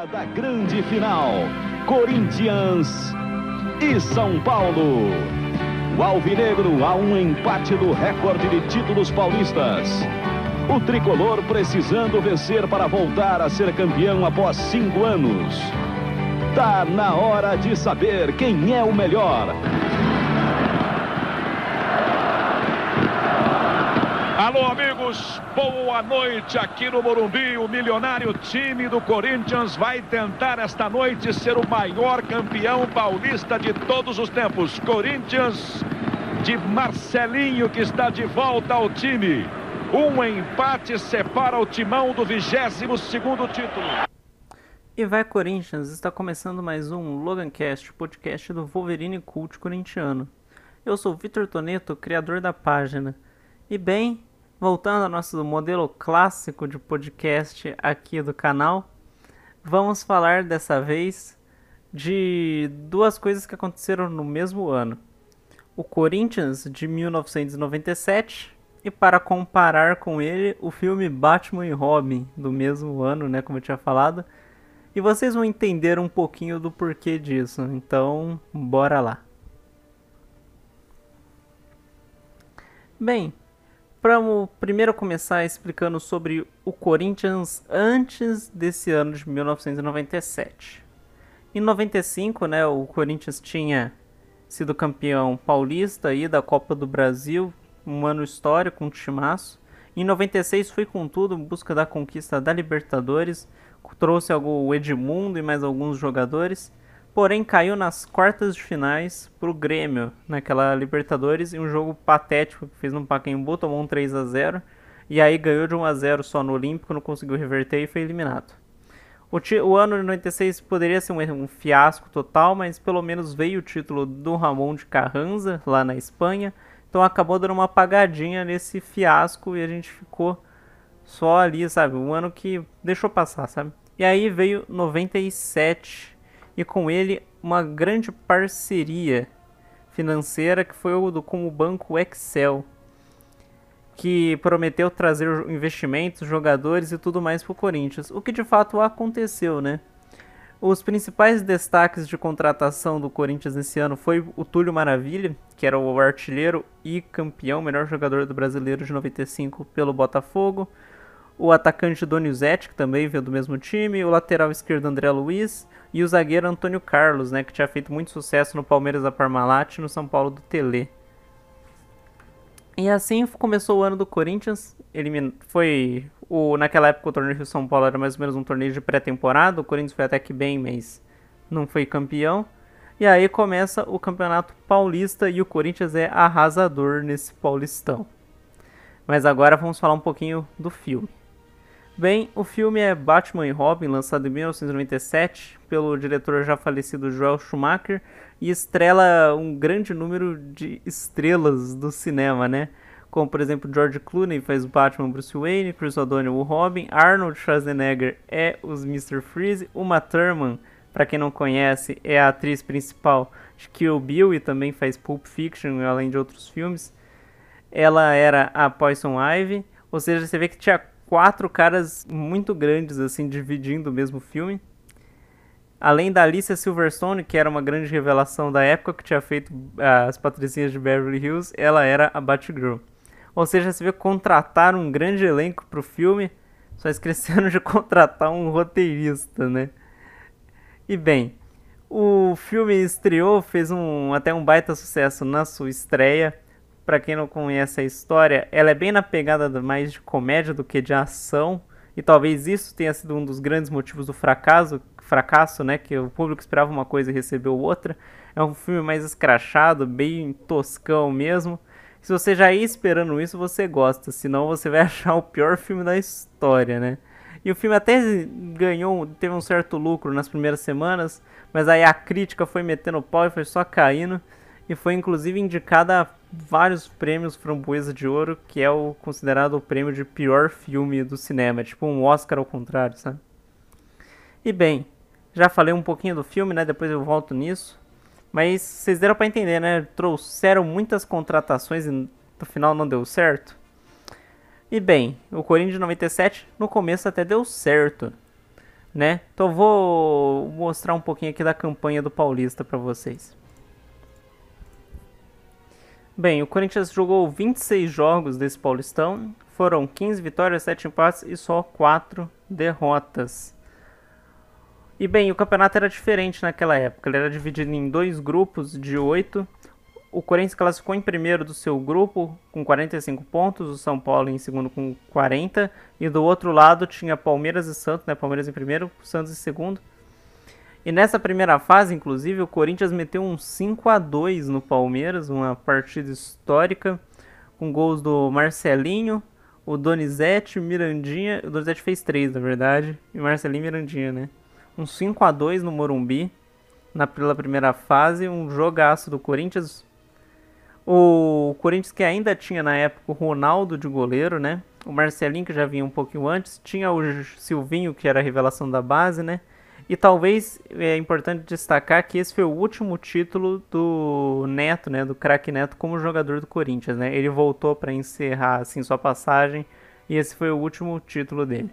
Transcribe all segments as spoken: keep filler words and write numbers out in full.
Hora da grande final, Corinthians e São Paulo. O alvinegro a um empate do recorde de títulos paulistas. O tricolor precisando vencer para voltar a ser campeão após cinco anos. Tá na hora de saber quem é o melhor. Alô, amigos, boa noite aqui no Morumbi. O milionário time do Corinthians vai tentar esta noite ser o maior campeão paulista de todos os tempos. Corinthians de Marcelinho, que está de volta ao time. Um empate separa o timão do vigésimo segundo título. E vai Corinthians, está começando mais um Logancast, podcast do Wolverine Cult corintiano. Eu sou o Vitor Toneto, criador da página. E bem, voltando ao nosso modelo clássico de podcast aqui do canal, vamos falar dessa vez de duas coisas que aconteceram no mesmo ano. O Corinthians de mil novecentos e noventa e sete e, para comparar com ele, o filme Batman e Robin do mesmo ano, né, como eu tinha falado. E vocês vão entender um pouquinho do porquê disso, então bora lá. Bem, vamos primeiro começar explicando sobre o Corinthians antes desse ano de mil novecentos e noventa e sete. Em noventa e cinco, né, o Corinthians tinha sido campeão paulista aí da Copa do Brasil, um ano histórico, um timaço. Em noventa e seis foi com tudo em busca da conquista da Libertadores, trouxe o Edmundo e mais alguns jogadores, porém caiu nas quartas de finais pro Grêmio, naquela Libertadores, em um jogo patético que fez no Pacaembu, tomou um três a zero, e aí ganhou de um a zero só no Olímpico, não conseguiu reverter e foi eliminado. O, o ano de noventa e seis poderia ser um, um fiasco total, mas pelo menos veio o título do Ramon de Carranza, lá na Espanha, então acabou dando uma apagadinha nesse fiasco e a gente ficou só ali, sabe, um ano que deixou passar, sabe. E aí veio noventa e sete, e com ele uma grande parceria financeira que foi o do, com o Banco Excel, que prometeu trazer investimentos, jogadores e tudo mais para o Corinthians, o que de fato aconteceu, né? Os principais destaques de contratação do Corinthians nesse ano foi o Túlio Maravilha, que era o artilheiro e campeão, melhor jogador do Brasileiro de noventa e cinco pelo Botafogo, o atacante Donizete, que também veio do mesmo time, o lateral esquerdo André Luiz e o zagueiro Antônio Carlos, né, que tinha feito muito sucesso no Palmeiras da Parmalat e no São Paulo do Telê. E assim começou o ano do Corinthians. Ele foi o, naquela época o torneio de São Paulo era mais ou menos um torneio de pré-temporada, o Corinthians foi até que bem, mas não foi campeão. E aí começa o Campeonato Paulista e o Corinthians é arrasador nesse Paulistão. Mas agora vamos falar um pouquinho do filme. Bem, o filme é Batman e Robin, lançado em mil novecentos e noventa e sete pelo diretor já falecido Joel Schumacher, e estrela um grande número de estrelas do cinema, né? Como, por exemplo, George Clooney faz o Batman Bruce Wayne, Chris O'Donnell o Robin, Arnold Schwarzenegger é os mister Freeze, Uma Thurman, para quem não conhece, é a atriz principal de Kill Bill e também faz Pulp Fiction, além de outros filmes. Ela era a Poison Ivy, ou seja, você vê que tinha quatro caras muito grandes, assim, dividindo o mesmo filme. Além da Alicia Silverstone, que era uma grande revelação da época, que tinha feito as Patricinhas de Beverly Hills, ela era a Batgirl. Ou seja, você vê que contrataram um grande elenco pro filme, só esqueceram de contratar um roteirista, né? E bem, o filme estreou, fez um, até um baita sucesso na sua estreia. Pra quem não conhece a história, ela é bem na pegada mais de comédia do que de ação, e talvez isso tenha sido um dos grandes motivos do fracasso, fracasso, né, que o público esperava uma coisa e recebeu outra. É um filme mais escrachado, bem toscão mesmo. Se você já ia esperando isso, você gosta, senão você vai achar o pior filme da história, né? E o filme até ganhou, teve um certo lucro nas primeiras semanas, mas aí a crítica foi metendo o pau e foi só caindo. E foi inclusive indicada a vários prêmios Framboesa de Ouro, que é o considerado o prêmio de pior filme do cinema, tipo um Oscar ao contrário, sabe? E bem, já falei um pouquinho do filme, né? Depois eu volto nisso. Mas vocês deram pra entender, né? Trouxeram muitas contratações e no final não deu certo. E bem, o Corinthians de noventa e sete no começo até deu certo. né? Então vou mostrar um pouquinho aqui da campanha do Paulista para vocês. Bem, o Corinthians jogou vinte e seis jogos desse Paulistão, foram quinze vitórias, sete empates e só quatro derrotas. E bem, o campeonato era diferente naquela época, ele era dividido em dois grupos de oito. O Corinthians classificou em primeiro do seu grupo com quarenta e cinco pontos, o São Paulo em segundo com quarenta, e do outro lado tinha Palmeiras e Santos, né? Palmeiras em primeiro, Santos em segundo. E nessa primeira fase, inclusive, o Corinthians meteu um cinco a dois no Palmeiras, uma partida histórica, com gols do Marcelinho, o Donizete, Mirandinha. O Donizete fez três, na verdade, e o Marcelinho e Mirandinha, né? Um cinco a dois no Morumbi, na, pela primeira fase, um jogaço do Corinthians. O Corinthians que ainda tinha na época o Ronaldo de goleiro, né? O Marcelinho, que já vinha um pouquinho antes, tinha o Silvinho, que era a revelação da base, né? E talvez é importante destacar que esse foi o último título do Neto, né, do craque Neto como jogador do Corinthians, né? Ele voltou para encerrar assim sua passagem e esse foi o último título dele.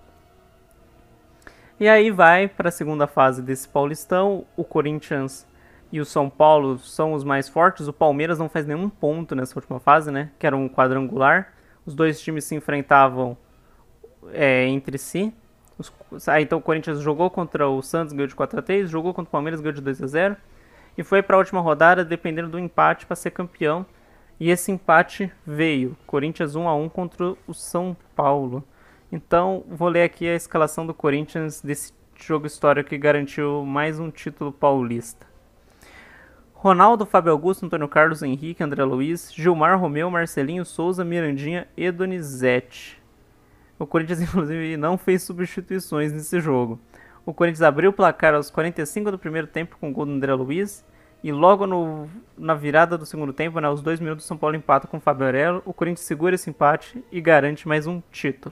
E aí vai para a segunda fase desse Paulistão. O Corinthians e o São Paulo são os mais fortes. O Palmeiras não faz nenhum ponto nessa última fase, né? Que era um quadrangular. Os dois times se enfrentavam é, entre si. Os, aí, então o Corinthians jogou contra o Santos, ganhou de quatro a três, jogou contra o Palmeiras, ganhou de dois a zero, e foi para a última rodada dependendo do empate para ser campeão, e esse empate veio, Corinthians um a um contra o São Paulo. Então vou ler aqui a escalação do Corinthians desse jogo histórico que garantiu mais um título paulista. Ronaldo, Fábio Augusto, Antônio Carlos, Henrique, André Luiz, Gilmar, Romeu, Marcelinho, Souza, Mirandinha e Donizete. O Corinthians, inclusive, não fez substituições nesse jogo. O Corinthians abriu o placar aos quarenta e cinco do primeiro tempo com o gol do André Luiz. E logo no, na virada do segundo tempo, né, aos dois minutos, o São Paulo empata com o Fábio Aurélio. O Corinthians segura esse empate e garante mais um título.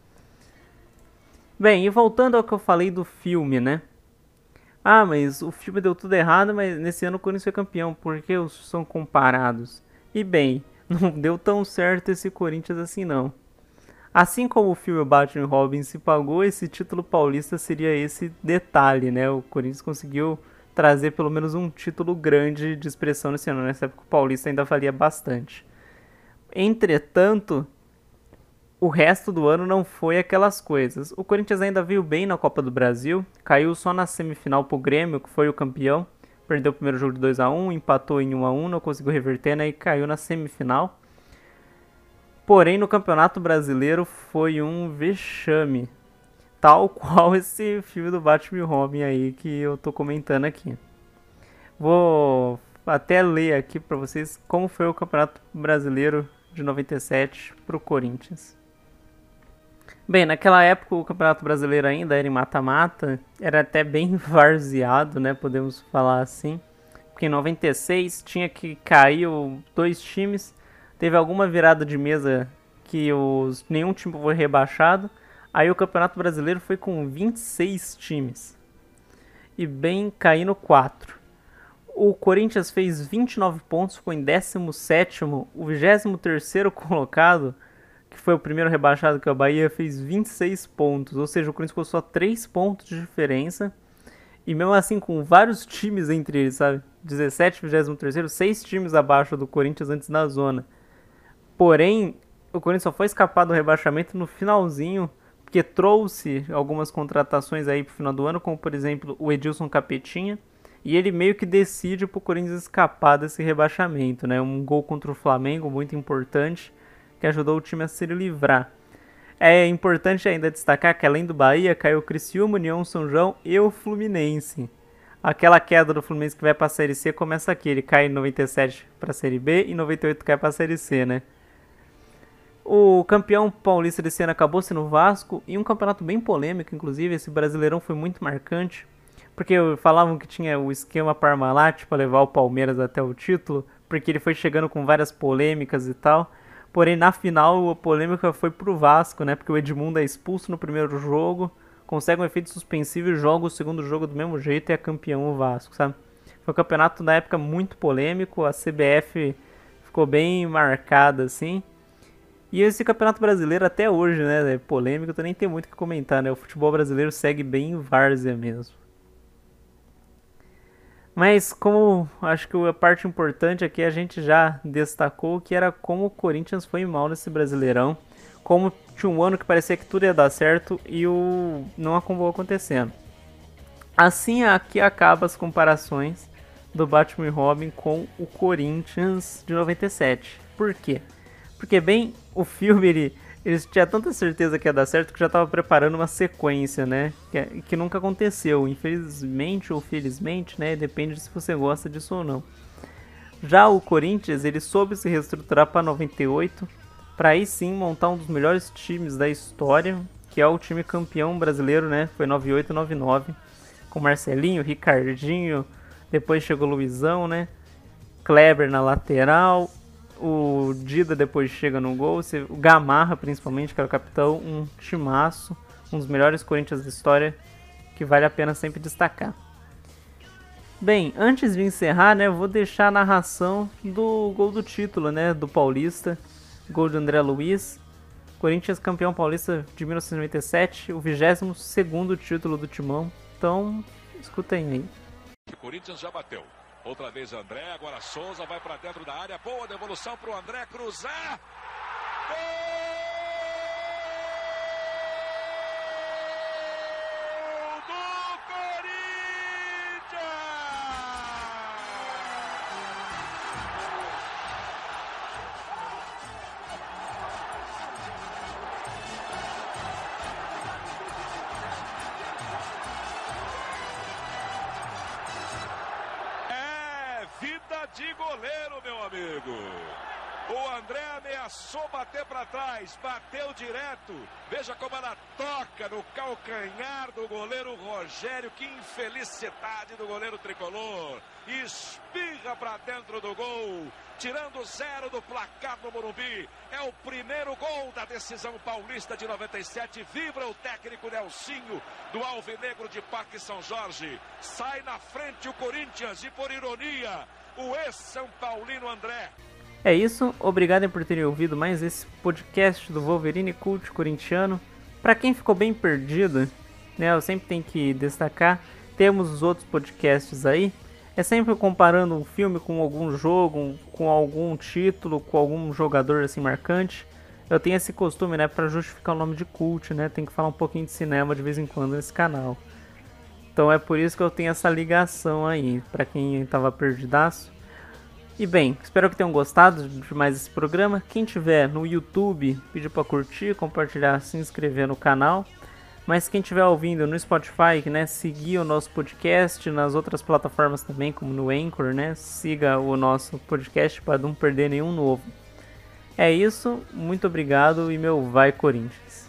Bem, e voltando ao que eu falei do filme, né? Ah, mas o filme deu tudo errado, mas nesse ano o Corinthians foi campeão. Por que os são comparados? E bem, não deu tão certo esse Corinthians assim não. Assim como o filme Batman e Robin se pagou, esse título paulista seria esse detalhe, né? O Corinthians conseguiu trazer pelo menos um título grande de expressão nesse ano. Nessa época o paulista ainda valia bastante. Entretanto, o resto do ano não foi aquelas coisas. O Corinthians ainda veio bem na Copa do Brasil, caiu só na semifinal pro Grêmio, que foi o campeão. Perdeu o primeiro jogo de dois a um, empatou em um a um, não conseguiu reverter, né? E caiu na semifinal. Porém, no Campeonato Brasileiro foi um vexame, tal qual esse filme do Batman e Robin aí que eu tô comentando aqui. Vou até ler aqui para vocês como foi o Campeonato Brasileiro de noventa e sete pro Corinthians. Bem, naquela época o Campeonato Brasileiro ainda era em mata-mata, era até bem varzeado, né, podemos falar assim. Porque em noventa e seis tinha que cair dois times. Teve alguma virada de mesa que os, nenhum time foi rebaixado. Aí o Campeonato Brasileiro foi com vinte e seis times. E bem caindo quatro. O Corinthians fez vinte e nove pontos, ficou em décimo sétimo. O vigésimo terceiro colocado, que foi o primeiro rebaixado, que é o Bahia, fez vinte e seis pontos. Ou seja, o Corinthians ficou só três pontos de diferença. E mesmo assim com vários times entre eles, sabe? dezessete, vigésimo terceiro, seis times abaixo do Corinthians antes da zona. Porém, o Corinthians só foi escapar do rebaixamento no finalzinho, porque trouxe algumas contratações aí pro final do ano, como por exemplo o Edilson Capetinha, e ele meio que decide pro Corinthians escapar desse rebaixamento, né? Um gol contra o Flamengo muito importante, que ajudou o time a se livrar. É importante ainda destacar que além do Bahia, caiu o Criciúma, União, São João e o Fluminense. Aquela queda do Fluminense que vai para a Série C começa aqui, ele cai em noventa e sete para a Série B e em noventa e oito cai para a Série C, né? O campeão paulista desse ano acabou sendo o Vasco, e um campeonato bem polêmico, inclusive, esse Brasileirão foi muito marcante, porque falavam que tinha o esquema Parmalat para levar o Palmeiras até o título, porque ele foi chegando com várias polêmicas e tal, porém na final a polêmica foi pro Vasco, né, porque o Edmundo é expulso no primeiro jogo, consegue um efeito suspensivo e joga o segundo jogo do mesmo jeito e é campeão o Vasco, sabe? Foi um campeonato na época muito polêmico, a C B F ficou bem marcada assim. E esse Campeonato Brasileiro até hoje, né, é polêmico, então nem tem muito o que comentar, né? O futebol brasileiro segue bem em várzea mesmo. Mas como acho que a parte importante aqui a gente já destacou, que era como o Corinthians foi mal nesse Brasileirão, como tinha um ano que parecia que tudo ia dar certo e o não acabou acontecendo. Assim aqui acabam as comparações do Batman e Robin com o Corinthians de noventa e sete. Por quê? Porque bem, o filme ele eles tinham tanta certeza que ia dar certo que já estava preparando uma sequência, né? Que, que nunca aconteceu, infelizmente ou felizmente, né? Depende se você gosta disso ou não. Já o Corinthians, ele soube se reestruturar para noventa e oito, para aí sim montar um dos melhores times da história, que é o time campeão brasileiro, né? Foi noventa e oito noventa e nove, com Marcelinho, Ricardinho, depois chegou o Luizão, né? Kleber na lateral. O Dida depois chega no gol, o Gamarra principalmente, que era o capitão, um timaço, um dos melhores Corinthians da história, que vale a pena sempre destacar. Bem, antes de encerrar, né, eu vou deixar a narração do gol do título, né, do Paulista, gol de André Luiz, Corinthians campeão paulista de mil novecentos e noventa e sete, o vigésimo segundo título do Timão, então escutem aí. O Corinthians já bateu. Outra vez André, agora Souza vai para dentro da área. Boa devolução para o André cruzar. Gol do Corinthians! Vida de goleiro, meu amigo. O André ameaçou bater para trás, bateu direto. Veja como ela toca no calcanhar do goleiro Rogério. Que infelicidade do goleiro tricolor. Espirra para dentro do gol, tirando zero do placar do Morumbi. É o primeiro gol da decisão paulista de noventa e sete. Vibra o técnico Nelsinho do Alvinegro de Parque São Jorge. Sai na frente o Corinthians e, por ironia, o ex-São Paulino André. É isso, obrigado por terem ouvido mais esse podcast do Wolverine Cult Corintiano. Para quem ficou bem perdido, né, eu sempre tenho que destacar, temos os outros podcasts aí. É sempre comparando um filme com algum jogo, com algum título, com algum jogador assim marcante. Eu tenho esse costume, né, para justificar o nome de cult, né, tem que falar um pouquinho de cinema de vez em quando nesse canal. Então é por isso que eu tenho essa ligação aí, para quem estava perdidaço. E bem, espero que tenham gostado de mais esse programa. Quem tiver no YouTube, pedir para curtir, compartilhar, se inscrever no canal. Mas quem estiver ouvindo no Spotify, né, seguir o nosso podcast nas outras plataformas também, como no Anchor, né, siga o nosso podcast para não perder nenhum novo. É isso, muito obrigado e meu vai Corinthians!